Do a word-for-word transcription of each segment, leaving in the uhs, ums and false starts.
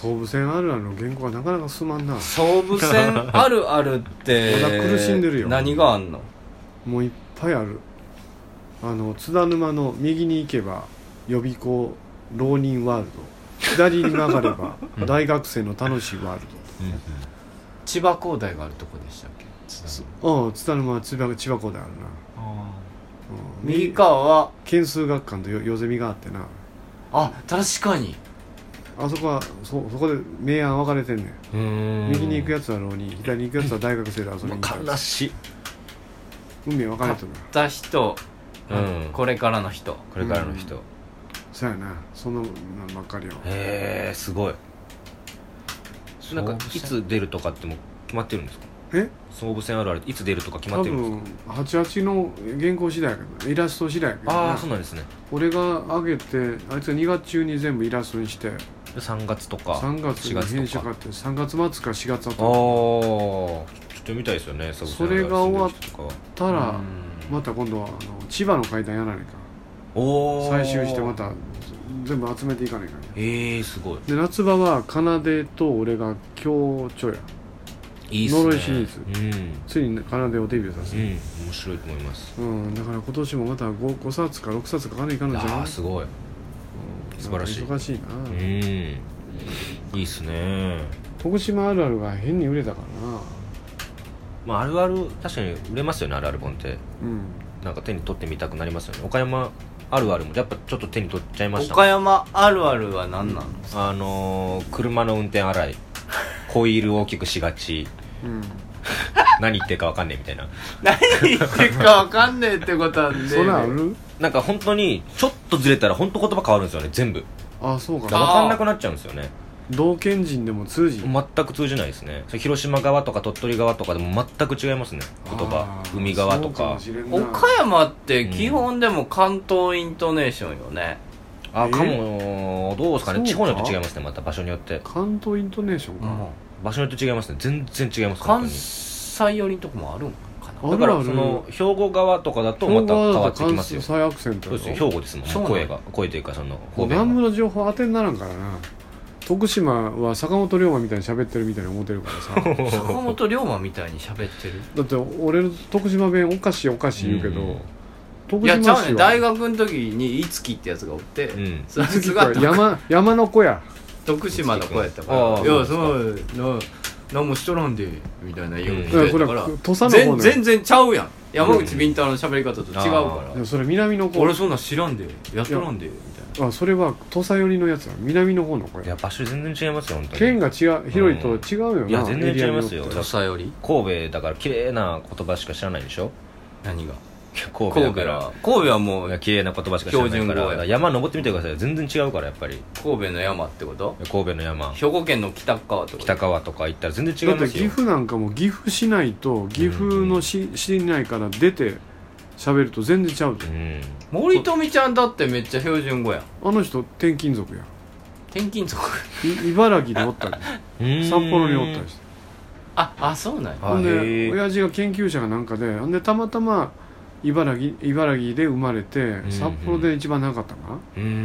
総武線あるあるの原稿がなかなか進まんな。 総武線あるあるってまだ苦しんでるよ。 何があんの？ もういっぱいある。あの津田沼の右に行けば予備校浪人ワールド、左に曲がれば大学生の楽しいワールド、うん、 千葉工大があるとこでしたっけ？ 津田沼、津田沼は千葉、千葉工大あるな。あ、 うん、右側は県数学館とよゼミがあってな。 あ、確かにあそこは そ, そこで明暗分かれてんねん。うーん、右に行くやつは浪人、左に行くやつは大学生で遊びに行く。 悲しい。 運命分かれてるな。 買った人、うん、これからの人、これからの人、うん、 そうやな、そのなんばっかりよ。 へえ、すごい。なんかいつ出るとかっても決まってるんですか？ え、 総武線あるあるいつ出るとか決まってるんですか？ 多分はちじゅうはちの原稿次第やけど、イラスト次第やけど、ね、 ああ、そうなんですね。俺が上げて、あいつがにがつ中に全部イラストにしてさんがつとかさんがつに編集かってさんがつ末かしがつあたり。ああ、ちょっと見たいですよね。 それが終わったらまた今度はあの千葉の階段やらないか。お採集してまた全部集めていかないかね。 えー、すごい。 で夏場は奏と俺が共著や。 いいっすね。 呪いシリーズ、 うん、 ついに奏をデビューさせる、うん、 面白いと思います、 うん、だから今年もまた 5, ごさつかろくさつかかないかんのじゃない？ あー、すごい、うん、素晴らしい。 忙しいな。うん、 いいっすね。 徳島あるあるが変に売れたからな。 まああるある確かに売れますよね、あるある本って、うん、なんか手に取ってみたくなりますよね。岡山あるあるもやっぱちょっと手に取っちゃいました。 岡山あるあるは何なんですか？ あのー、車の運転荒い、ホイール大きくしがち、うん、何言ってるか分かんねえみたいな。 何言ってるか分かんねえってことなんでそんなんある？ なんか本当にちょっとずれたら本当言葉変わるんですよね、全部。 あ、そうか。 分かんなくなっちゃうんですよね。 同県人でも通じ全く通じないですね。広島側とか鳥取側とかでも全く違いますね、言葉。海側とか。 岡山って基本でも関東イントネーションよね、 うん、あ、かも。どうですかね、地方によって違いますね、また場所によって。 関東イントネーションか、うん、 場所によって違いますね、全然違います。 関西寄りのとこもあるんかな。 だからその兵庫側とかだとまた変わってきますよ。 関西アクセント。 そうですよ、兵庫ですもん、声が。声というかその方言。南部の情報当てにならんからな。徳島は坂本龍馬みたいに喋ってるみたいに思ってるからさ。 坂本龍馬みたいに喋ってる。 だって俺の徳島弁おかしいおかしい言うけど、うん、 徳島市はいやちゃうね、大学の時にいつきってやつがおって、うん、そいつが山, 山の子や徳島の子やったから、いやそうな何もしとらんでみたいな言う人やったから、うん、土佐の方全然ちゃうやん。山口敏太郎の喋り方と違うから、 うん、それ南の子。 俺そんなん知らんでやっとらんでみたいな。 あ、それは土佐寄りのやつは南の方の子や。 いや場所全然違いますよ、本当に。 県が違う、広いと違うよな、うん、 いや全然違いますよ。 土佐寄り神戸だから綺麗な言葉しか知らないでしょ。 何が神戸だから神戸はもう綺麗な言葉しか知らないから、山登ってみてください。全然違うから、やっぱり。 神戸の山ってこと？ 神戸の山、 兵庫県の北川とか北川とか行ったら全然違いますよ。 だって岐阜なんかも岐阜市内と岐阜の市内から出て喋ると全然ちゃうと、うん、 森富ちゃんだってめっちゃ標準語やん。 あの人転勤族や。 転勤族茨城でおったり札幌におったりして。 ああ、そうなんや。 ほんで親父が研究者がなんかで、ほんでたまたま茨城茨城で生まれて札幌で一番長かったかな。 うん、うん、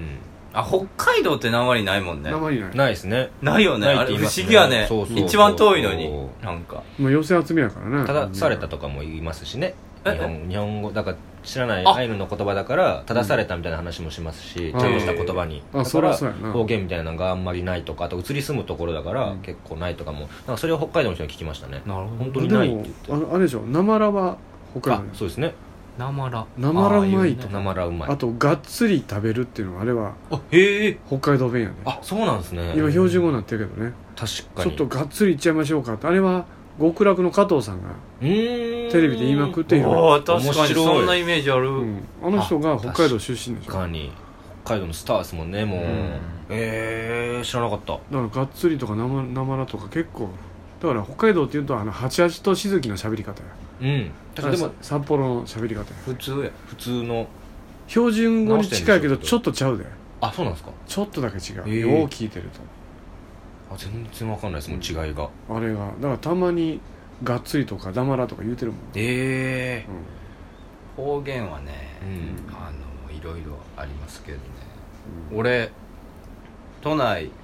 あ、北海道って訛りないもんね。 訛りない。 ないですね。 ないよね。あれ不思議やね。そうそうそう、一番遠いのになんかもう寄せ集めやからね。 ただされたとかも言いますしね。日本, 日本語だから知らないアイヌの言葉だから正されたみたいな話もしますし、ちゃんとした言葉に。 あ、そらそうやな。 方言みたいなのがあんまりないとか、あと移り住むところだから結構ないとかも、なんかそれを北海道の人に聞きましたね。 なるほど。 本当にないって言って。 あのあれでしょ、なまらは北海道。 あ、そうですね。 なまらなまらうまいと。 なまらうまい。 あとがっつり食べるっていうのはあれはあ、へえ、 北海道弁やね。 あ、そうなんですね。 今標準語になってるけどね。 確かにちょっとがっつりいっちゃいましょうかって。あれは極楽の加藤さんがテレビで言いまくっている。 あ、確かにそんなイメージある、 うん、あの人が北海道出身でしょ。 確かに北海道のスターですもんね、もう、うん、えー、知らなかった。だからがっつりとかなま、なまらとか結構だから、北海道っていうとあの八八としずきの喋り方や。うん、だからでも札幌の喋り方や。 普通や、普通の標準語に近いけどちょっとちゃうで。 あ、そうなんですか。 ちょっとだけ違う、 えー、 よう聞いてると。 あ、全然わかんないですもん、違いが。 あれがだからたまにがっつりとかだまらとか言うてるもん。 ええー、うん、方言はね、うん、あのいろいろありますけどね、うん、俺都内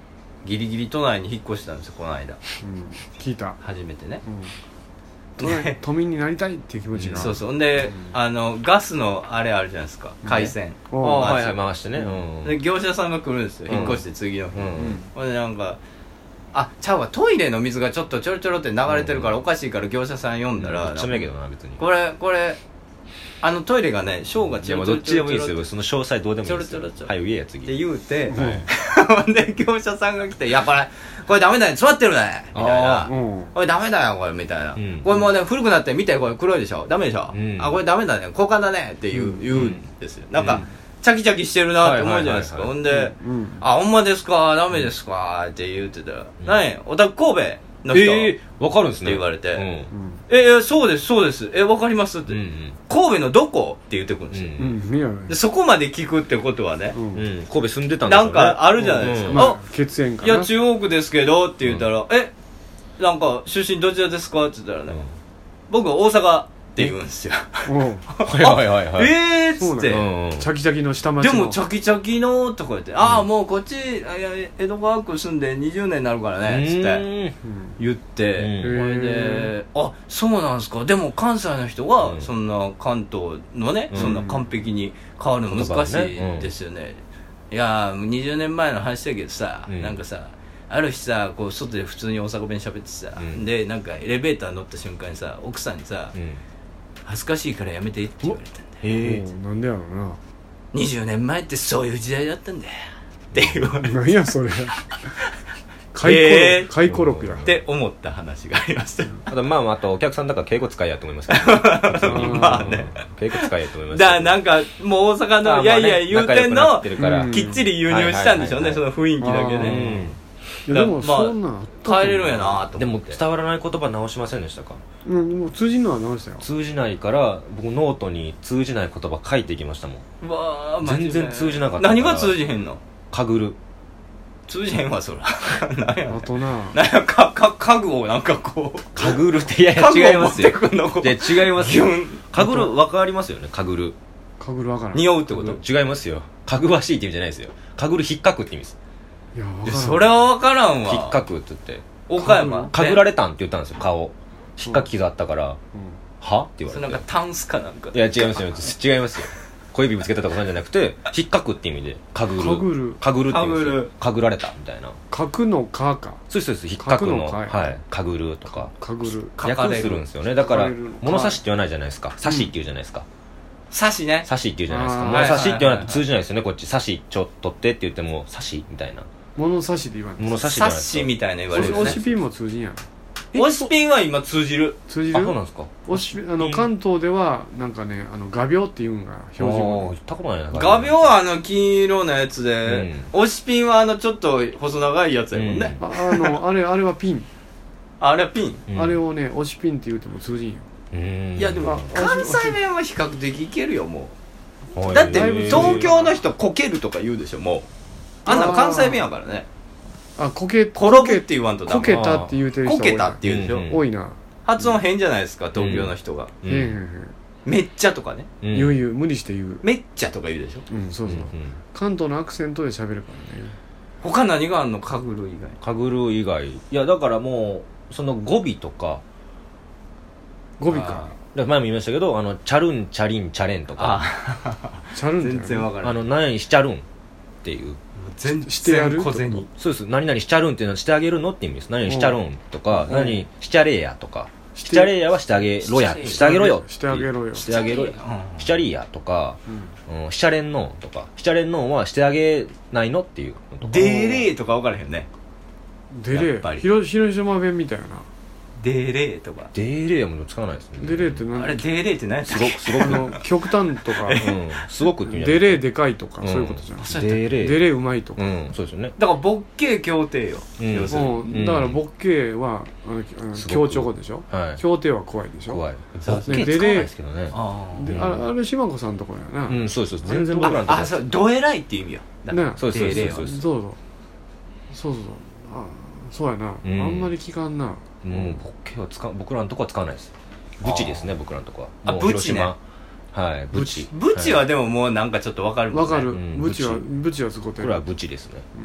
ギリギリ都内に引っ越したんですよこの間、 うん、聞いた初めてね、 うん、都民になりたいっていう気持ちが、 そうそうで、うん、あのガスのあれあるじゃないですか回線、ね、 はいはい回してね、 うん、で業者さんが来るんですよ、うん、引っ越して次の日、うんうん、でなんかあちゃうわトイレの水がちょっとちょろちょろって流れてるからおかしいから業者さん呼んだら、 うん、めっちゃめえけどな別にこれこれあのトイレがねショーがちょろちょろどっちでもいいですよその詳細どうでもいいですよはい言えや次って言うて、はい、で業者さんが来て「いやこれこれダメだよ詰まってるね」みたいな「これダメだよこれ」みたいな、うん、これもうね古くなって見てこれ黒いでしょダメでしょ、うん、あこれダメだね交換だねって言う、うん、言うんですよなんか、うんチャキチャキしてるなって思うじゃないですか。ほんで、うん、あ、ほんまですかダメですかって言ってたら、うん、何おたく神戸の人えー、わかるんですねって言われて、うん、 えー、そうです、そうです。え、わかりますって、うんうん。神戸のどこって言ってくるんですよ、うんうん、で。そこまで聞くってことはね、 うんうん、神戸住んでたんですよね。 なんかあるじゃないですか。うんうん、 あ、血縁かな。 いや、中央区ですけどって言ったら、うん、え、なんか出身どちらですかって言ったらね、うん、僕は大阪って言うんですよ。 はいはいはいはい。 えーっつって、 チャキチャキの下町の。 でもチャキチャキのとか言って、うん、ああもうこっち江戸川区住んでにじゅうねんになるからねっつって言って、これで、あそうなんですか。でも関西の人はそんな関東のね、そんな完璧に変わるの難しいですよね。いやにじゅうねんまえの話だけどさ、なんかさ。ある日さこう外で普通に大阪弁喋ってさ、でなんかエレベーター乗った瞬間にさ奥さんにさ、恥ずかしいからやめてって言われたんだよ。 へえなんでやろうなにじゅうねんまえってそういう時代だったんだよって言われて何やそれ回顧録回顧録やって思った話がありました。 あとまああとお客さんだから敬語使いやと思いますけどまあね敬語使いやと思いますだからなんかもう大阪のいやいや言うてんのきっちり輸入したんでしょうねその雰囲気だけで。 いやでもそんな、まあ、帰れるんやなと思って。 でも伝わらない言葉直しませんでしたか。 うん、もう通じんのは直したよ。 通じないから僕ノートに通じない言葉書いていきましたもん。 うわー全然通じなかったから。 何が通じへんの。 かぐる通じへんわそら何やあとな何やかか家具をなんかこうかぐるっていやいや違いますよ。いや違いますよ。かぐる分かりますよね。かぐるかぐる分からん。 匂うってこと。 違いますよ。かぐわしいって意味じゃないですよ。かぐる引っかくって意味です。 いや分からん。それは分からんわ。 引っかくって言って岡山かぐられたんって言ったんですよ。顔引っかき傷あったから、うん、はって言われて。 それなんかタンスかなんか。 いや違いますよ違いますよ。小指ぶつけたとかなんじゃなくて引っかくって意味でかぐるかぐるかぐるって意味ですよ。かぐられたみたいな。 かくのかかそうですそうです。引っかくのはいかぐるとかかぐる訳するんですよね。だから物差しって言わないじゃないですか。差しって言うじゃないですか。 差しね差しって言うじゃないですか。物差しって言わないと通じないですよね。こっち差しちょっと取ってって言っても差しみたいな物差しで言わない。 物差し差しみたいな言われるね。 押しピンも通じんやろ。 押しピンは今通じる通じる。 あそうなんですか。 押しあの関東ではなんかねあの画鋲っていうんが標準語。 言ったことないな。 画鋲はあの金色のやつで、うん、押しピンはあのちょっと細長いやつやもんね。 うん、あ, あのあれあれはピン。 あれはピン、 うん、あれをね押しピンって言うても通じんよ。 うんいやでも関西弁は比較的いけるよもう。だって東京の人こけるとか言うでしょもう。あんなの関西弁やからね。 あこけ転ぶって言わんとダメ。 こけたって言うてる人こけたって言うでしょ、 うんうん、多いな。 発音変じゃないですか東京の人が、 うんうん、 めっちゃとかね、 うん、言う言う無理して言うめっちゃとか言うでしょ。 うんそうそう、うんうん、関東のアクセントで喋るからね。 他何があんのかぐる以外。 かぐる以外いやだからもうその語尾とか語尾か前も言いましたけどあのチャルンチャリンチャレンとかチャルン全然わからない。 あの何々しちゃるんっていう全してやる小銭。 そうです何々しちゃるんっていうのはしてあげるのって意味です。何々しちゃるんとか何々しちゃれやとかしちゃれやはしてあげろやしてあげろよしてあげろよしてあげろよしちゃりやとか、うん、しちゃれんのとかしちゃれんのはしてあげないのっていうのとか。 デーレーとか分からへんね。 デレー広島弁みたいな。 デーレーとかデーレーはもう使わないですね。 デレーって何。 あれデーレーって何やったっけ。 すごくすごく極端とか、うん、 すごくって意味デレーでかいとか、うん、そういうことじゃん。 デレーデレーうまいとか、 うん、そうですよね。 だからボッケー協定よ、 うん、 要するに、 うん、だからボッケーはあの強調語でしょ、はい、協定は怖いでしょ。 怖い。 ボッケー使わないですけどね。 あで、うん、あれ島子さんのとこやな。 うんそうです全然僕らのとこ。 あそうどえらいっていう意味やね。 そうですそうですそうそうそうそうあそうやな、うん、あんまり聞かんな。 もうボッケは使う僕らのとこは使わないです。ブチですね僕らのとこは。 あブチね。 はいブチブチはでももうなんかちょっとわかるもんね。 わかる。ブチはブチは使ってる。 これはブチですね。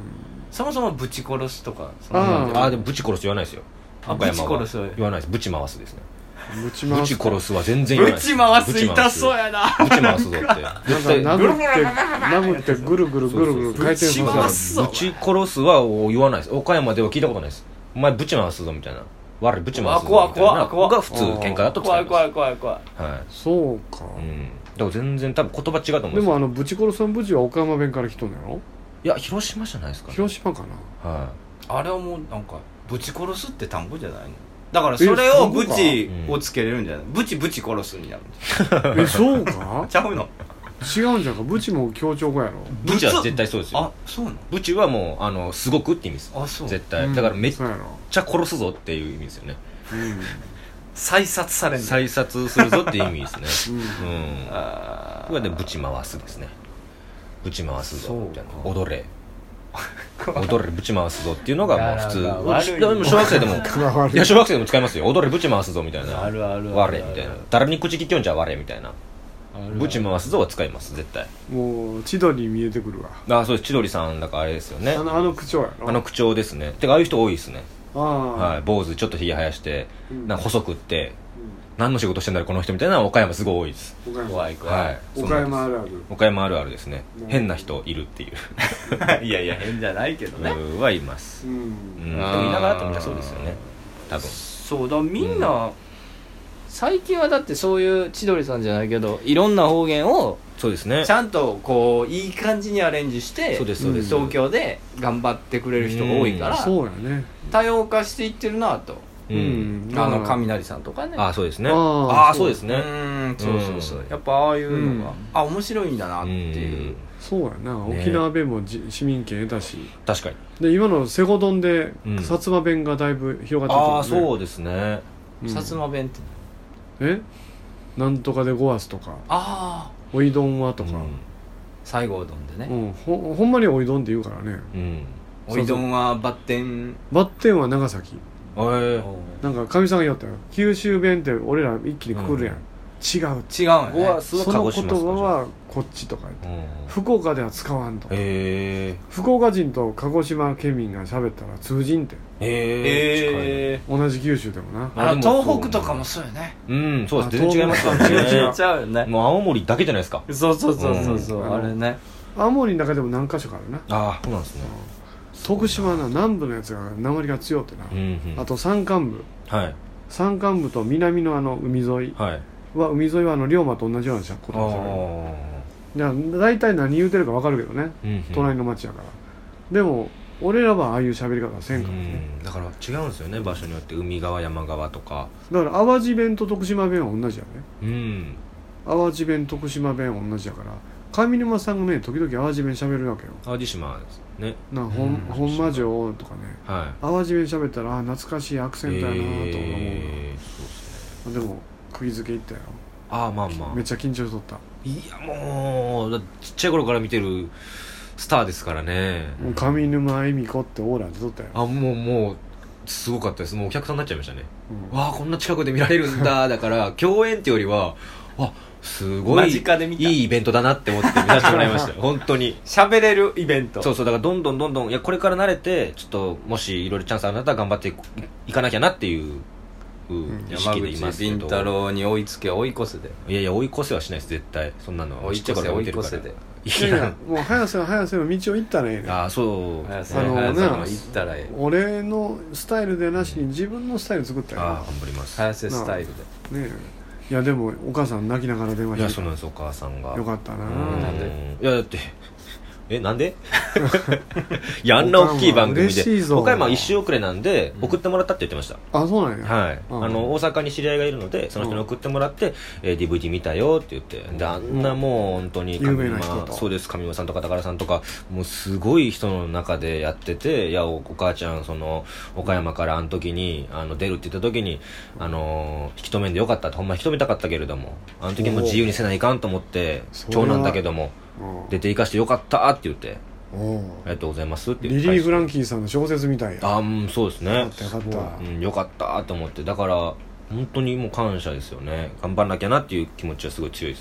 そもそもぶち殺すとかそあんなああでもぶち殺す言わないですよ。 あ岡山はぶち殺す言わないです。ぶち回すですね。 ぶち回すぶち殺すは全然言わぶないです。 ち回す痛そうやなぶち回すぞってなんか絶対殴って殴ってぐるぐるぐるぐる回転させぶちたら回すぞぶち殺すは言わないです。岡山では聞いたことないです。お前ぶち回すぞみたいな、我ぶち回すぞみたいな怖い怖い怖いが普通喧嘩だと使います。 怖い怖い怖い怖いはそうか、 い、うん、だから全然多分言葉違うと思うんでよ。 ですもあのぶち殺さんぶちは岡山弁から来とんのやろ。 いや広島じゃないですかね。 広島かな。 はあれはもうなんかぶち殺すって単語じゃないの。だからそれをブチをつけれるんじゃない、ブチブチ殺すになるんじえそうかゃちゃうの。 違うんじゃんか。ブチも強調語やろ。 い、ブチは絶対そうですよ。 あそうなの。 ブチはもうあのすごくって意味です。 あそう絶対、 うんだからめっそうやろ。 ちゃ殺すぞっていう意味ですよね。 うん再殺されんの。 再殺するぞっていう意味ですね。 うんうんあこれでぶち回すですね。ぶち回すぞみたいな、 そうか踊れ踊れぶち回すぞっていうのがもう普通。 柄が悪いでも小学生でも柄悪いいや小学生でも使いますよ。踊れぶち回すぞみたいな、 あるあるある我みたいな、誰に口利きょんじゃ我みたいな、 あるぶち回すぞは使います絶対。 もう千鳥に見えてくるわ。 あそうです。千鳥さんだからあれですよね。 あのあの口調やろ。 あの口調ですね。てかああいう人多いですね。 ああ、 はい、坊主ちょっとひげ生やして、 うんなんか細くって何の仕事してんだろこの人みたいな岡山すごい多いです。 うん、岡山怖い怖い、 はい岡山あるある。 岡山あるあるですね。 うん変な人いるっていういやいや変じゃないけどね、 うんはいます。 うんうん、であーもいながらってみんなそうですよね多分。 そうだみんな、最近はだってそういう千鳥さんじゃないけどいろんな方言をそうですね。 ちゃんとこういい感じにアレンジしてそうですそうです。 東京で頑張ってくれる人が多いからそうやね。 多様化していってるなと、 う、 うんんあの雷さんとかねああそうですね。 あーああそうですうね。 ーんそうそうそう、やっぱああいうのが、 うんあ面白いんだなっていう、 そうやな。 ね沖縄弁もじ市民権得たし。 確かに。 で今のセゴドンでうん薩摩弁がだいぶ広がってああきてるね。 そうですね。 うん薩摩弁ってえなんとかでごわすとかああおいどんはとか、 西郷どんでね、 うん、ほほんまにおいどんって言うからね。 うん、うん、 おいどんはバッテンバッテンは長崎。 えー、 なんかかみさんが言おったよ。九州弁って俺ら一気にくくるやん、 うん違う違うよごわねすはその言鹿児島っすか葉はこっちとか言って、 うん、 福岡では使わんとか、 へえ福岡人と鹿児島県民が喋ったら通じんって。 へええ同じ九州でもな。 ー、あのあでも東北とかもそうよねうんそうです。 あ全然違いますよ東北ね違うちゃうよねもう青森だけじゃないですか。 そうそうそうそうそう、 うんあれね青森の中でも何か所かあるな。 ああそうなんですね。 徳島の南部のやつが鉛が強ってな、 うんうん、 あと山間部はい山間部と南のあの海沿いはい。 は海沿いはあの龍馬と同じようなことをするいや大体何言うてるか分かるけどね、 うんうん、 隣の町やから。でも俺らはああいう喋り方はせんからね、 うんだから違うんですよね場所によって。海側山側とか。 だから淡路弁と徳島弁は同じやね。 うん淡路弁徳島弁は同じやから上沼さんがね時々淡路弁喋るわけよ。 淡路島ですね。 なほん、 うん本間城とかねは淡路弁喋ったらあ懐かしいアクセい。 ントやなと思うわ、 えー、そうですね。 でも釘付け行ったよ。 ああまあまあめっちゃ緊張しとった。 いやもうだってちっちゃい頃から見てるスターですからね。 もう上沼恵美子ってオーラ出とったよ。 あもうもうすごかったです。もうお客さんになっちゃいましたね。 うんわあこんな近くで見られるんだだから共演ってよりはあすご間い近で見たいいイベントだなって思って見させてもらいましたよ本当に。 喋れるイベントそうそうだからどんどんどんどんいやこれから慣れてちょっともしいろいろチャンスあるんだったら頑張っていいかなきゃなっていう、うん意山識でいます口けど。 敏太郎に追いつけ追い越せでいやいや追い越せはしないです絶対。そんなの追いちっちゃい越せ追い頃から見てるから越せでいやいやもう早瀬は早瀬の道を行ったらええねん。 ああそう早瀬あの早瀬ねも行ったらええ俺のスタイルでなしに自分のスタイル作ったよ。 ああ頑張ります。 早瀬スタイルでねえいやでもお母さん泣きながら電話いやしてそうなんですお母さんがよかったな。 うんなんでいやだってえなんでいやあんな大きい番組嬉しいぞで岡山は一周遅れなんで送ってもらったって言ってました。 あそうなんや。 はい、 うんあの大阪に知り合いがいるのでその人に送ってもらって、えー、ディーブイディー 見たよって言ってであんなもう本当に有名な人とそうです上沼さんとか高田さんとかもうすごい人の中でやってていやおお母ちゃんその岡山からあの時にあの出るって言った時にあのー引き止めんでよかったってほんま引き止めたかったけれどもあの時も自由にせないかんと思ってそれは長男だけどもうん出て行かしてよかったって言っておうありがとうございますって言リってリー・フランキーさんの小説みたいや。 あーうんそうですねよかったよかったうん、よかったと思ってだから本当にもう感謝ですよね。頑張んなきゃなっていう気持ちはすごい強いです。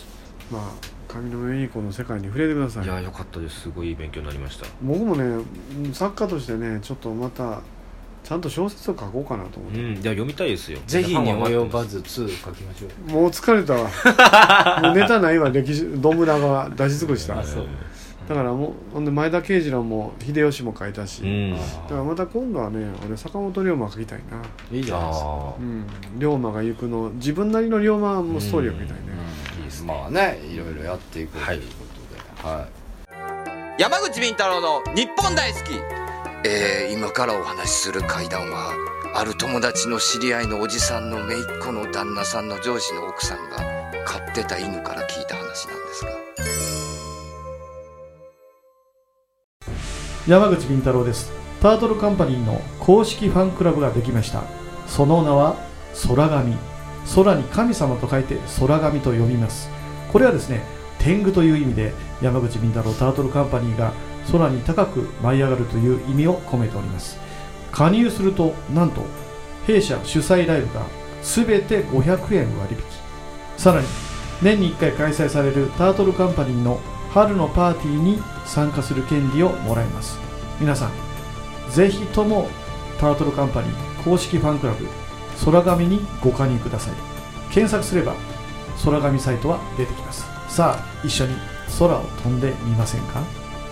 まあ上沼恵美子の世界に触れてください。 いやよかったです。すごいいい勉強になりました。 僕もね作家としてねちょっとまたちゃんと小説を書こうかなと思って、 うん、いや読みたいですよ。 ぜひに及ばずツー書きましょう。 もう疲れたわもうネタないわ。歴史どんぶらが出し尽くした。 そうだからもうほんで前田慶次郎も秀吉も書いたし、 うん、 だからまた今度はね俺坂本龍馬書きたいな。 いいじゃないですか。 うん、龍馬が行くの自分なりの龍馬もストーリーを書きたいね、 うんうん、いいですね。まあねいろいろやっていくということで、はいはい、 山口敏太郎の日本大好き、えー、今からお話しする怪談はある友達の知り合いのおじさんの姪っ子の旦那さんの上司の奥さんが飼ってた犬から聞いた話なんですが。 山口敏太郎です。タートルカンパニーの公式ファンクラブができました。その名は空神。空に神様と書いて空神と呼びます。これはですね天狗という意味で山口敏太郎タートルカンパニーが空に高く舞い上がるという意味を込めております。加入するとなんと弊社主催ライブが全てごひゃくえん割引、さらに年にいっかい開催されるタートルカンパニーの春のパーティーに参加する権利をもらいます。皆さんぜひともタートルカンパニー公式ファンクラブ空神にご加入ください。検索すれば空神サイトは出てきます。さあ一緒に空を飛んでみませんか。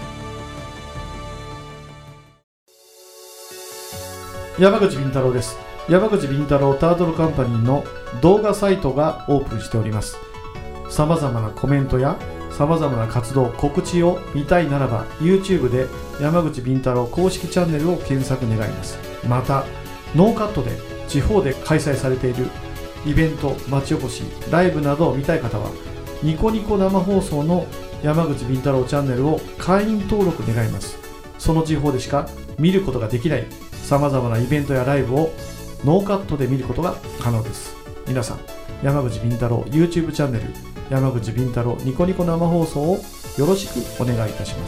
山口敏太郎です。山口敏太郎タートルカンパニーの動画サイトがオープンしております。さまざまなコメントやさまざまな活動告知を見たいならば YouTube で山口敏太郎公式チャンネルを検索願います。またノーカットで地方で開催されているイベント町おこしライブなどを見たい方はニコニコ生放送の山口敏太郎チャンネルを会員登録願います。その地方でしか見ることができないさまざまなイベントやライブをノーカットで見ることが可能です。皆さん山口敏太郎 YouTube チャンネル山口敏太郎ニコニコ生放送をよろしくお願いいたします。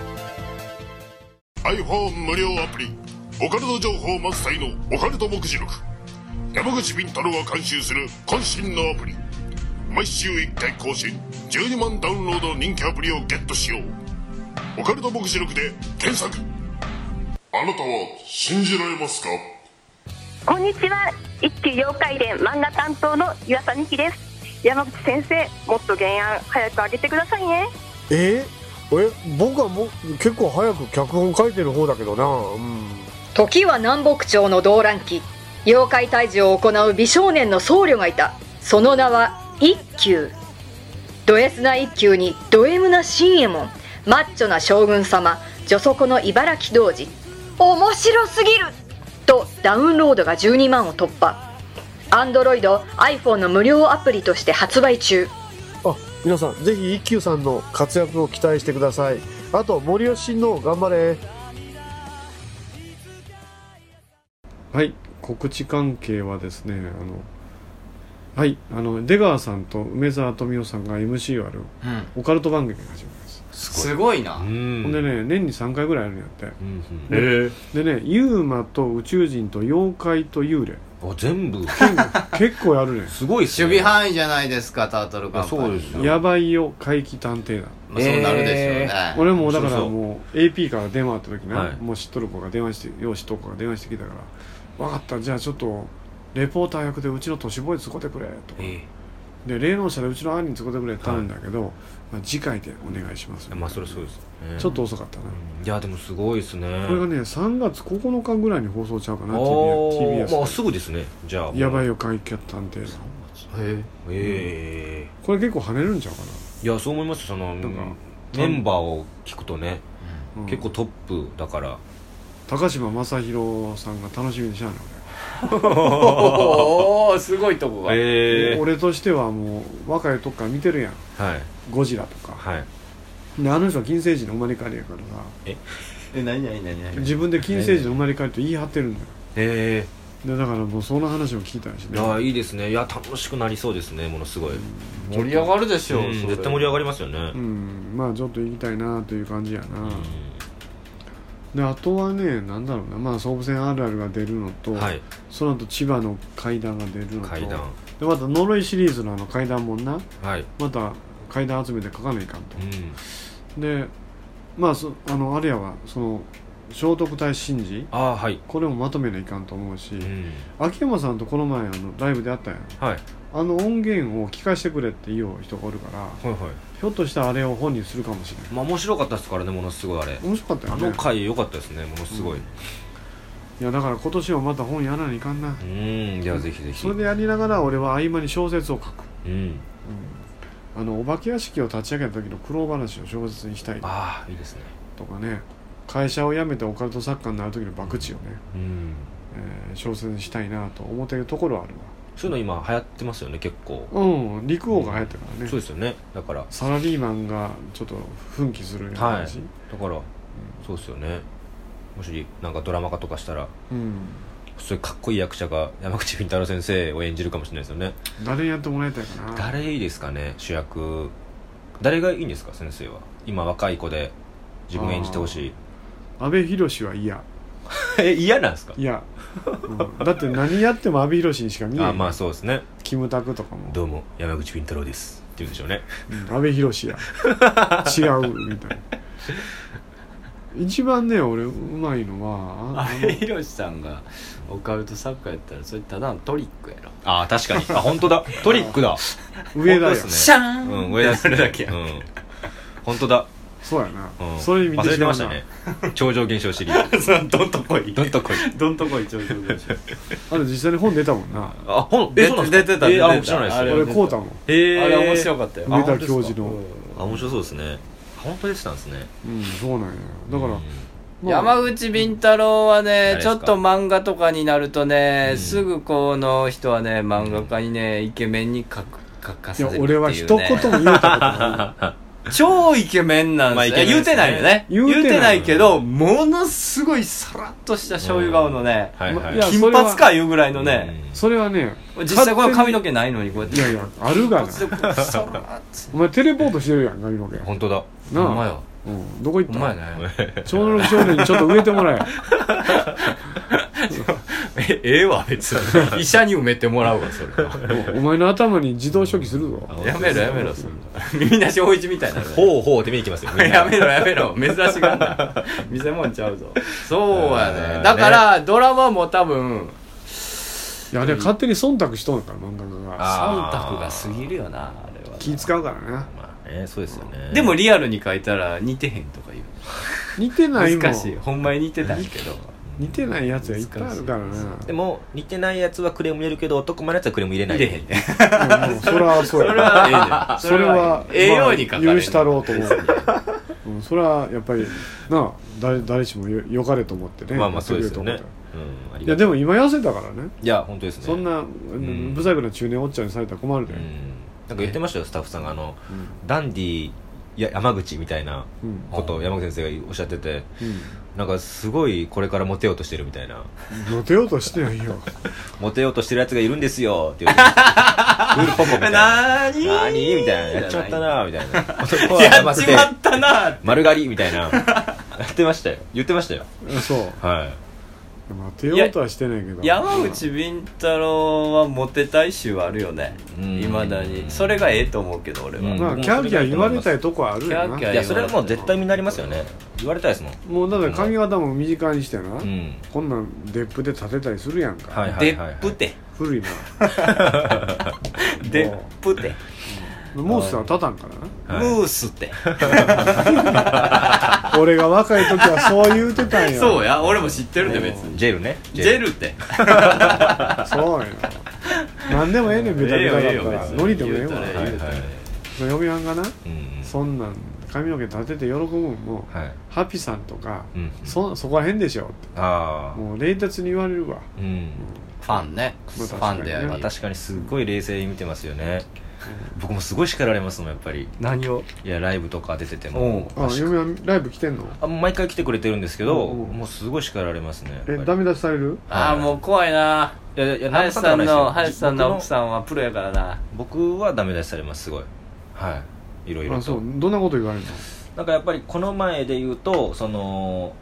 iPhone 無料アプリオカルト情報満載のオカルト目次録、山口敏太郎が監修する渾身のアプリ、毎週いっかい更新じゅうにまんダウンロードの人気アプリをゲットしよう。オカルト目次録で検索。あなたは信じられますか？ こんにちは、一級妖怪伝漫画担当の岩佐美希です。山口先生、もっと原案早く上げてくださいね。 えー、え僕はもう結構早く脚本書いてる方だけどな、うん、 時は南北朝の動乱期、妖怪退治を行う美少年の僧侶がいた。その名は一休。ド S な一休にド M な新右衛門、マッチョな将軍様、女底の茨城童子。面白すぎるとダウンロードがじゅうにまんを突破。Android、iPhone の無料アプリとして発売中。 あ、皆さんぜひ一休さんの活躍を期待してください。あと森吉親王頑張れ。はい、告知関係はですね、あのはいあの出川さんと梅沢富美男さんが エムシー をある、うん、オカルト番組が始まります。 すごいな。ほんでね年にさんかいぐらいあるんやって、うんうん、 で, でねユーマと宇宙人と妖怪と幽霊、 あ全部結構やるね。 すごいっすね。 守備範囲じゃないですかタートルカンパニー。 そうですよ。 やばいよ怪奇探偵団、 まあ、そうなるでしょうね、えー、 俺もだからもう エーピー から電話あった時ね、 はい、もう知っとる子が電話してよう知っとる子が電話してきたから分かったじゃあちょっとレポーター役でうちの都市ボーイ使ってくれとか、えー、で霊能者でうちの兄に使ってくれって頼んだけど、はい、まあ、次回でお願いします、ね、 まあそれそうです、えー、 ちょっと遅かったな、 うん、いやでもすごいですね。 これがねさんがつここのかぐらいに放送ちゃうかな ティービーエス。 まあすぐですね。じゃあやばいよ怪奇探偵団。 へえ、えー、 これ結構跳ねるんちゃうかな。 いやそう思います。そのなんかメンバーを聞くとね、うん、結構トップだから。 高島正宏さんが楽しみにしちゃうのおーすごいとこが、 えー、俺としてはもう若いとこから見てるやん、 はい、 ゴジラとか、 はい、 であの人は金星人の生まれ変わりやからさ、 ええ何何何何自分で金星人の生まれ変わりと言い張ってるんだよ。 へえー、 でだからもうその話も聞いたしね。 ああいいですね。いや楽しくなりそうですね。ものすごい、うん、 盛り上がるでしょう、うん、 絶対盛り上がりますよね。 うん、まあちょっと行きたいなという感じやな、うん、であとはねなんだろうな、まあ総武線あるあるが出るのと、はい、その後千葉の怪談が出るのと、怪談でまた呪いシリーズのあの怪談もんな、 はい、 また階段集めて書かないかんと、 うん、 でまあそあのあれやわその聖徳太子神事、 あ、はい、 これもまとめないかんと思うし、 うん、 秋山さんとこの前あのライブであったやん、 はい、 あの音源を聞かせてくれって言う人がおるから、はいはい、ひょっとしたらあれを本にするかもしれない。 まあ面白かったですからね、ものすごいあれ面白かったよね、 あの回良かったですね、ものすごい、うん、 いやだから今年はまた本やらないかんな。 うん、いやぜひぜひ。 それでやりながら俺は合間に小説を書く、 うんうん、 あのお化け屋敷を立ち上げた時の苦労話を小説にしたい、 ああいいですね、 とかね、会社を辞めてオカルト作家になる時の博打をね、うんえー、小説にしたいなと思っているところはあるわ。 そういうの今流行ってますよね結構。 うん、陸王が流行ってるからね、 うん、そうですよね。だからサラリーマンがちょっと奮起するような話、はい、 だから、うん、そうですよね。もしなんかドラマ化とかしたら、うん、そういうかっこいい役者が山口敏太郎先生を演じるかもしれないですよね。 誰やってもらいたいかな。 誰いいですかね、主役誰がいいんですか先生は。今若い子で自分演じてほしい。 阿部寛は嫌。 え、嫌なんですか。 いや、うん、だって何やっても阿部寛にしか見えない。 あ、まあそうですね。 キムタクとかもどうも山口敏太郎ですって言うんでしょうね、 うん、阿部寛や違うみたいな。一番ね俺うまいのは阿部寛さんがオカルト作家やったらそれただのトリックやろ。 ああ確かに、あ本当だトリックだ上だよ、ね、 シャーン、 うん、上だるだけや、うん、本当だ。 そうやな、 うん、 それ見てしまうな。 忘れてましたね超常現象シリーズどんとこいどんとこいどんとこい超常現象あれ実際に本出たもんな。 あ本えそうなんですか。 出てた出てた、 えー、あ知らないですよ。 俺買うたもん。 えー、あれ面白かったよ。 上田教授の。 あ面白そうですね。本当出てたんですね。 うんそうなんや。だから、うんまあ、山口敏太郎はねちょっと漫画とかになるとね、うん、すぐこの人はね漫画家にねイケメンに書く書かされるっていうね。 いや俺は一言も言うたことない超イケメンなんですよ、まあ、言うてないよね。言うてないけどものすごいサラッとした醤油顔のね、うんはいはい、金髪かいうぐらいのね、 うん、それはね実際これ髪の毛ないのにこうやっていやいやあるがなお前テレポートしてるやん髪の毛。 本当だなあほんまや、 うん、どこ行ったお前ね超能力少年にちょっと植えてもらええええわ別に医者に埋めてもらうわそれはお前の頭に自動処理するぞやめろやめろそんな耳なし大一みたいなほうほうって見に来ますよやめろやめろ珍しがんな見せ物ちゃうぞそうやねだから、ね、ドラマも多分いやあれ勝手に忖度しとんのから漫画家が忖度が過ぎるよなあれは気使うからな、 まあね、そうですよね。 でもリアルに書いたら似てへんとか言う似てないもん難しいほんまに似てないけど似てないやつはいっぱいあるからな。 でも似てないやつはクレーム入れるけど男前のやつはクレーム入れない。 入れへんねそれはそうや。 それはええねそれはええように書かれる許したろうと思う、うん、それはやっぱりなあ 誰, 誰しも よ, よかれと思ってね。 まあまあそうですよね、 うん、いやでも今痩せたからね。 いや本当ですね。 そんな、うん、不細工な中年おっちゃんにされたら困るで、うん、 なんか言ってましたよスタッフさんがあの、うん、ダンディいや山口みたいなことを山口先生がおっしゃってて、うん、なんかすごいこれからモテようとしてるみたいな。 モテようとしてないよモテようとしてるやつがいるんですよって言うクールポコみたいななーにーなーにーみたいなやっちまったなーみたいなやっちまったなー丸刈りみたいなやってましたよ言ってましたよ。 そうはいモテようとはしてないけど山口敏太郎はモテたい種はあるよねいまだに。それがええと思うけど俺は、うん、 まあキャーキャー言われたいとこはあるよな。 いやそれはもう絶対みんなありますよね。言われたいですもん。 もうだって髪型も短にしてな、うん、こんなんデップで立てたりするやんか、 はいはいはいはい、デップって古いなデップってムースは立たんからな、はい、ムースって俺が若い時はそう言うてたんよ。 そうや俺も知ってるで別にジェルねジェルってそうや何でもええねんベタベタだったらノリでもええわ。嫁はんがな、うん、そんなん髪の毛立てて喜ぶんも、はい、ハピさんとか、うん、そ, そこら辺でしょってあもう冷徹に言われるわ、うんうん、 ファンね、まあ、ファンである、 まあ、確かにすごい冷静に見てますよね、うん、僕もすごい叱られますもんやっぱり。 何を。 いやライブとか出ててもあ嫁はライブ来てんの。 あ毎回来てくれてるんですけどもうすごい叱られますね。 えダメ出しされる。 ああもう怖いな。いやいや林さんの林さんの奥さんはプロやからな。 僕はダメ出しされますすごいはいいろいろと。 あそうどんなこと言われるの。 なんかやっぱりこの前で言うとその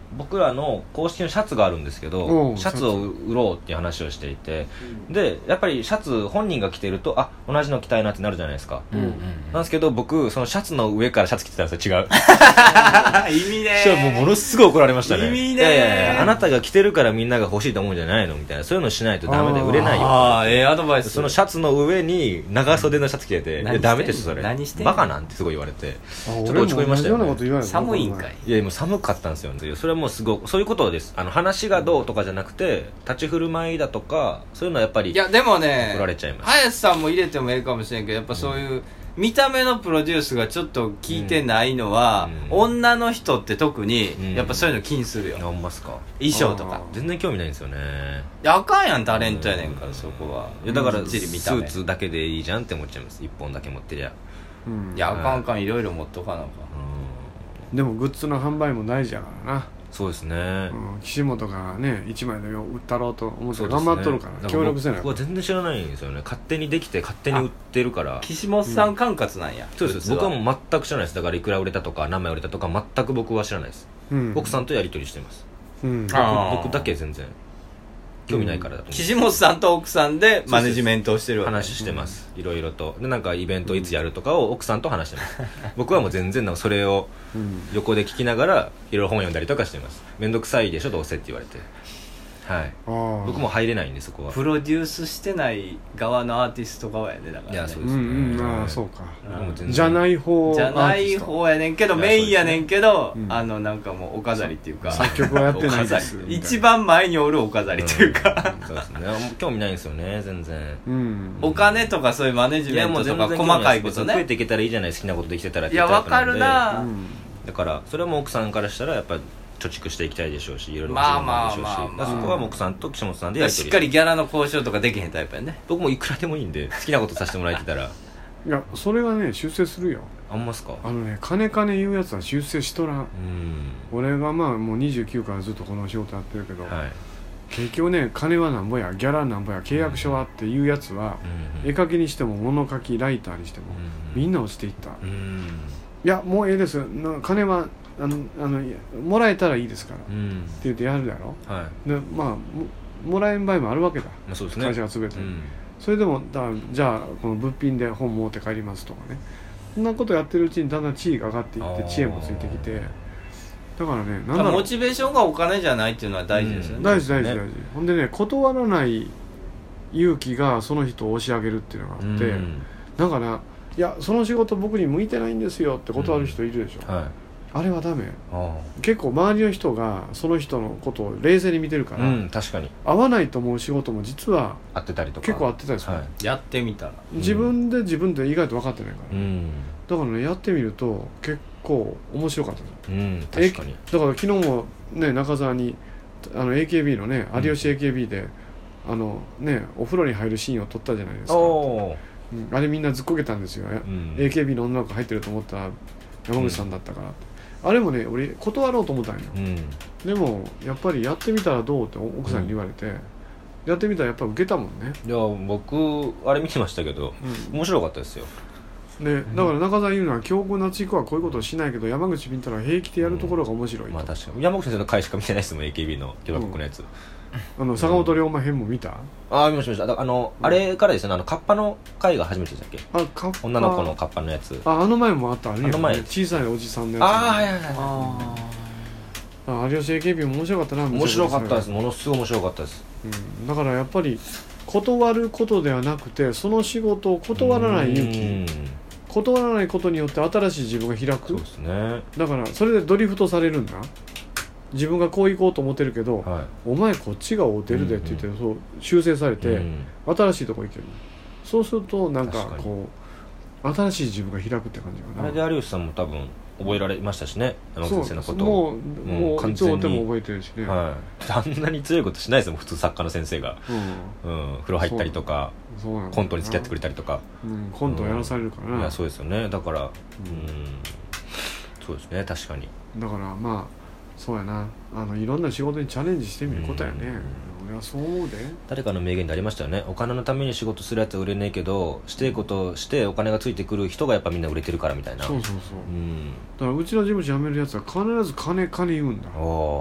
僕らの公式のシャツがあるんですけど、シャツを売ろうっていう話をしていて、うん、でやっぱりシャツ本人が着てるとあ同じの着たいなってなるじゃないですか、うんうんうん、なんですけど僕そのシャツの上からシャツ着てたんですよ。違う意味ねーもうものすごい怒られましたね。 意味ねーいやいやいやあなたが着てるからみんなが欲しいと思うんじゃないのみたいな、そういうのしないとダメで売れないよ。 ああええー、アドバイス。 そのシャツの上に長袖のシャツ着てて、うん、ダメですそれ何してんバカなんてすごい言われてちょっと落ち込みましたよね。 寒いんかい。 いやもう寒かったんですよ。それはもうすごくそういうことです。あの話がどうとかじゃなくて立ち振る舞いだとかそういうのはやっぱりいやでもね怒られちゃいます。 林さんも入れてもいいかもしれんけどやっぱそういう、うん見た目のプロデュースがちょっと効いてないのは、うん、女の人って特にやっぱそういうの気にするよ、うん、 ほんますか。 衣装とか全然興味ないんですよね。 いやあかんやんタレントやねんから、うん、そこは。 いやだからスーツだけでいいじゃんって思っちゃいます。一本だけ持ってりゃ、 うん、いやあかんあかんいろいろ持っとかなあかん、 うん、でもグッズの販売も大事やからな。 そうですね、 うん、岸本がねいちまいで売ったろうと思って頑張っとるから、ね、協力せない。 僕は全然知らないんですよね。勝手にできて勝手に売ってるから。 岸本さん管轄なんや、 うん、そうです。僕はもう全く知らないです。だからいくら売れたとか何枚売れたとか全く僕は知らないです、うん、奥さんとやり取りしてます、うん、僕, 僕だけ全然興味ないからだと思う、うん、 岸本さんと奥さんでマネジメントをしてるわけ。 話してます、いろいろと。でなんかイベントいつやるとかを奥さんと話してます、うん、僕はもう全然なんかそれを横で聞きながらいろいろ本読んだりとかしてます。めんどくさいでしょどうせって言われて、はい、僕も入れないんでそこは。 プロデュースしてない側のアーティスト側やね。だからね。 いやそうですね、 うんうん、ああそうか、 うん、 じゃない方じゃない方やねんけどメインやねんけど、うん、あのなんかもうお飾りっていうか作曲はやってないです一番前におるお飾りっていうか、 うん、そうですね興味ないんですよね全然、 うん、お金とかそういうマネジメントとか細かいことね。 増えていけたらいいじゃない。好きなことできてたらっていやわかるな、 うん、だからそれはもう奥さんからしたらやっぱ貯蓄していきたいでしょうし、いろいろまあまあまあまあそこは奥さんと岸本さんでやり取りしっかりギャラの交渉とかできへんタイプやね。 僕もいくらでもいいんで好きなことさせてもらえてたらいやそれがね修正するよ。 あんますか。 あのね金金言うやつは修正しとらん。うん俺がまあもうにじゅうきゅうからずっとこの仕事やってるけど、はい、結局ね金はなんぼやギャラなんぼや契約書はっていうやつは、うん、絵描きにしても物書きライターにしても、うん、みんな落ちていった、うん、いやもうええです金はあのあのもらえたらいいですから、うん、って言ってやるだろ、はい、でまあ も, もらえん場合もあるわけだ、まあそうですね、会社が全て、うん、それでもだじゃあこの物品で本持って帰りますとかねそんなことやってるうちにだんだん地位が上がっていって知恵もついてきてだからねなんだろうモチベーションがお金じゃないっていうのは大事ですよね、うん、 大事大事大事、ね、ほんでね断らない勇気がその人を押し上げるっていうのがあって、うん、だからいやその仕事僕に向いてないんですよって断る人いるでしょ、うんはいあれはダメ。結構周りの人がその人のことを冷静に見てるから、うん、 確かに合わないと思う仕事も実は合ってたりとか結構合ってたりする、はい、 やってみたら自分で自分で意外と分かってないから、うん、だからねやってみると結構面白かった、うん、確かにだから昨日もね中澤にあの エーケービー のね有吉 エーケービー で、うん、あのねお風呂に入るシーンを撮ったじゃないですか、うん、あれみんなずっこけたんですよ、うん、エーケービー の女の子入ってると思ったら山口さんだったからって、うんあれもね俺断ろうと思ったんよ、うん、でもやっぱりやってみたらどうって奥さんに言われて、うん、やってみたらやっぱ受けたもんね。 いや僕あれ見てましたけど、うん、面白かったですよ。 でだから中澤言うのは京子夏彦はこういうことをしないけど山口敏太郎は平気でやるところが面白いと、うんまあ、確かに山口先生の回しか見てないですもん エーケービー の巨大国のやつ、うんあの坂本龍馬編も見た、うん、 ああ見ました見ましたあの、うん、あれからですよねあのカッパの回が初めてでしたっけ。 あカッパ女の子のカッパのやつああの前もあったあれ、ね、 あの前小さいおじさんのやつ、 ああはいはいはいあ有吉 エーケービー も面白かったな。 面白かったですものすごい面白かったです、 うん、だからやっぱり断ることではなくてその仕事を断らない勇気断らないことによって新しい自分が開く。 そうですね。 だからそれでドリフトされるんだ自分がこう行こうと思ってるけど、はい、お前こっちが合うてるでって言って、うんうん、そう修正されて、うん、新しいとこ行ける。そうするとなんかこう新しい自分が開くって感じかな。 あれで有吉さんも多分覚えられましたしね山口先生のことをもう、もう完全にいつも覚えてるしね、 はい、あんなに強いことしないですもん普通作家の先生が、うんうん、風呂入ったりとかコントに付き合ってくれたりとか、 うん、コントやらされるからな、うん、 いやそうですよねだから、うん、そうですね確かに。 だからまあそうやなあのいろんな仕事にチャレンジしてみることやね、うん、俺はそう思うで。 誰かの名言でありましたよねお金のために仕事するやつは売れねえけどしていことをしてお金がついてくる人がやっぱみんな売れてるからみたいな。 そうそうそう、うん、だからうちの事務所辞めるやつは必ず金金言うんだ。お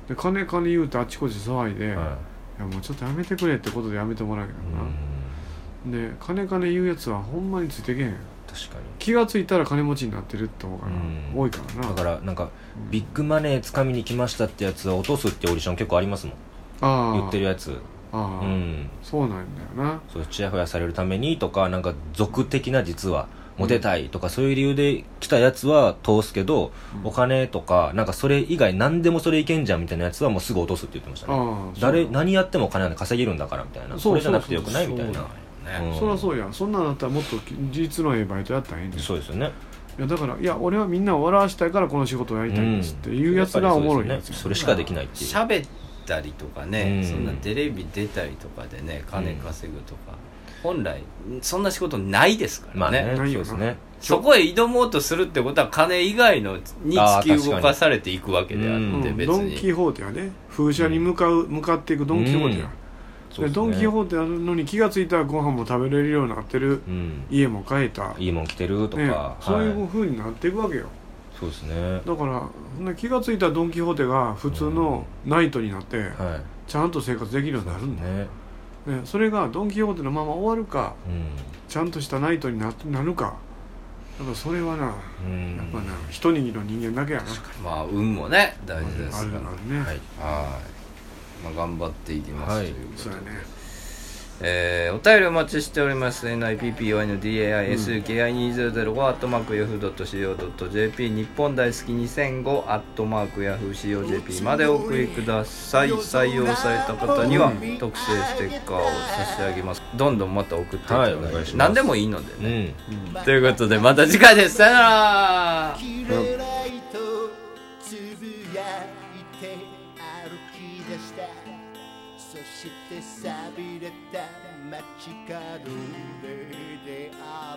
で金金言うてあっちこっち騒いで、はい、いやもうちょっとやめてくれってことでやめてもらうけどな、で金金言うやつはほんまについてけへん。 確かに気がついたら金持ちになってるって方が多いからな。 だからなんか、うん、ビッグマネー掴みに来ましたってやつは落とすってオーディション結構ありますもん。あ言ってるやつ。 ああ、うん、そうなんだよな。 そうチヤホヤされるためにとか、なんか俗的な実はモテたいとか、うん、そういう理由で来たやつは通すけど、うん、お金とかなんかそれ以外何でもそれいけんじゃんみたいなやつはもうすぐ落とすって言ってましたね。誰何やってもお金なんで稼げるんだからみたいな。それじゃなくてよくないみたいな。 うん、そりゃそうや。そんなんだったらもっと事実のええバイトやったらいいんだよ。 そうですよね。 いやだからいや俺はみんなを笑わしたいからこの仕事をやりたいんですっていうやつがおもろいやつ、 うん、それしかできないっていう。 喋ったりとかね、うん、そんなテレビ出たりとかでね金稼ぐとか、うん、本来そんな仕事ないですからね。まあね、 ないよね。 そこへ挑もうとするってことは金以外のに突き動かされていくわけであって別に、 ドン・キホーテはね風車に向かう、うん、向かっていくドン・キホーテは、うんでドン・キホーテあるのに気がついたらご飯も食べれるようになってる、うん、家も買えた、 いいもん着てるとか、 ねはい、 そういう風になっていくわけよ。 そうですね。 だから気がついたらドン・キホーテが普通のナイトになって、うん、ちゃんと生活できるようになるんだ、ねね、それがドン・キホーテのまま終わるか、うん、ちゃんとしたナイトに な, なるか。だからそれはな、うん、やっぱな一握りの人間だけやな。 まあ運もね大事ですから、 あるからね。はい、 はいまあ、頑張っていきます、はい、ということで、 ねえー、お便りお待ちしております。 エヌアイピーピーオーエヌディーエーアイエスケーアイにせんご アットマークヤフー ドット シーオー ドット ジェーピー 日本大好きにせんご アットマークヤフー シーオー ジェーピー までお送りください。採用された方には特製ステッカーを差し上げます。どんどんまた送っていただいて、はい、何でもいいのでね、うんうん、ということでまた次回です。さよなら。 そして錆びれた街角で出会った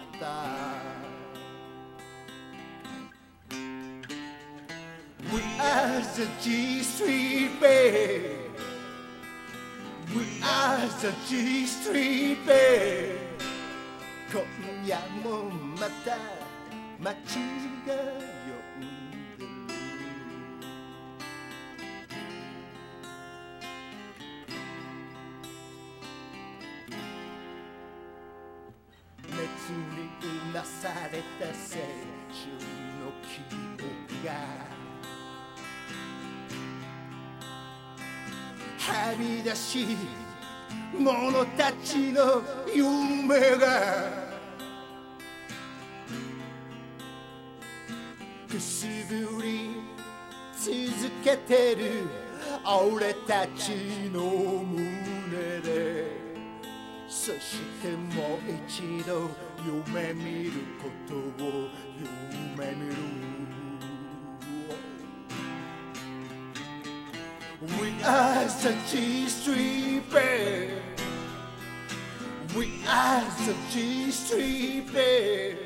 We are the G Street Band We are the G Street Band 今夜もまた街が熱にうなされた青春の記憶がはみ出し者たちの夢がくすぶり続けてる俺たちの胸でそしてもう一度夢見ることを夢見る We are the G Street Band We are the G Street Band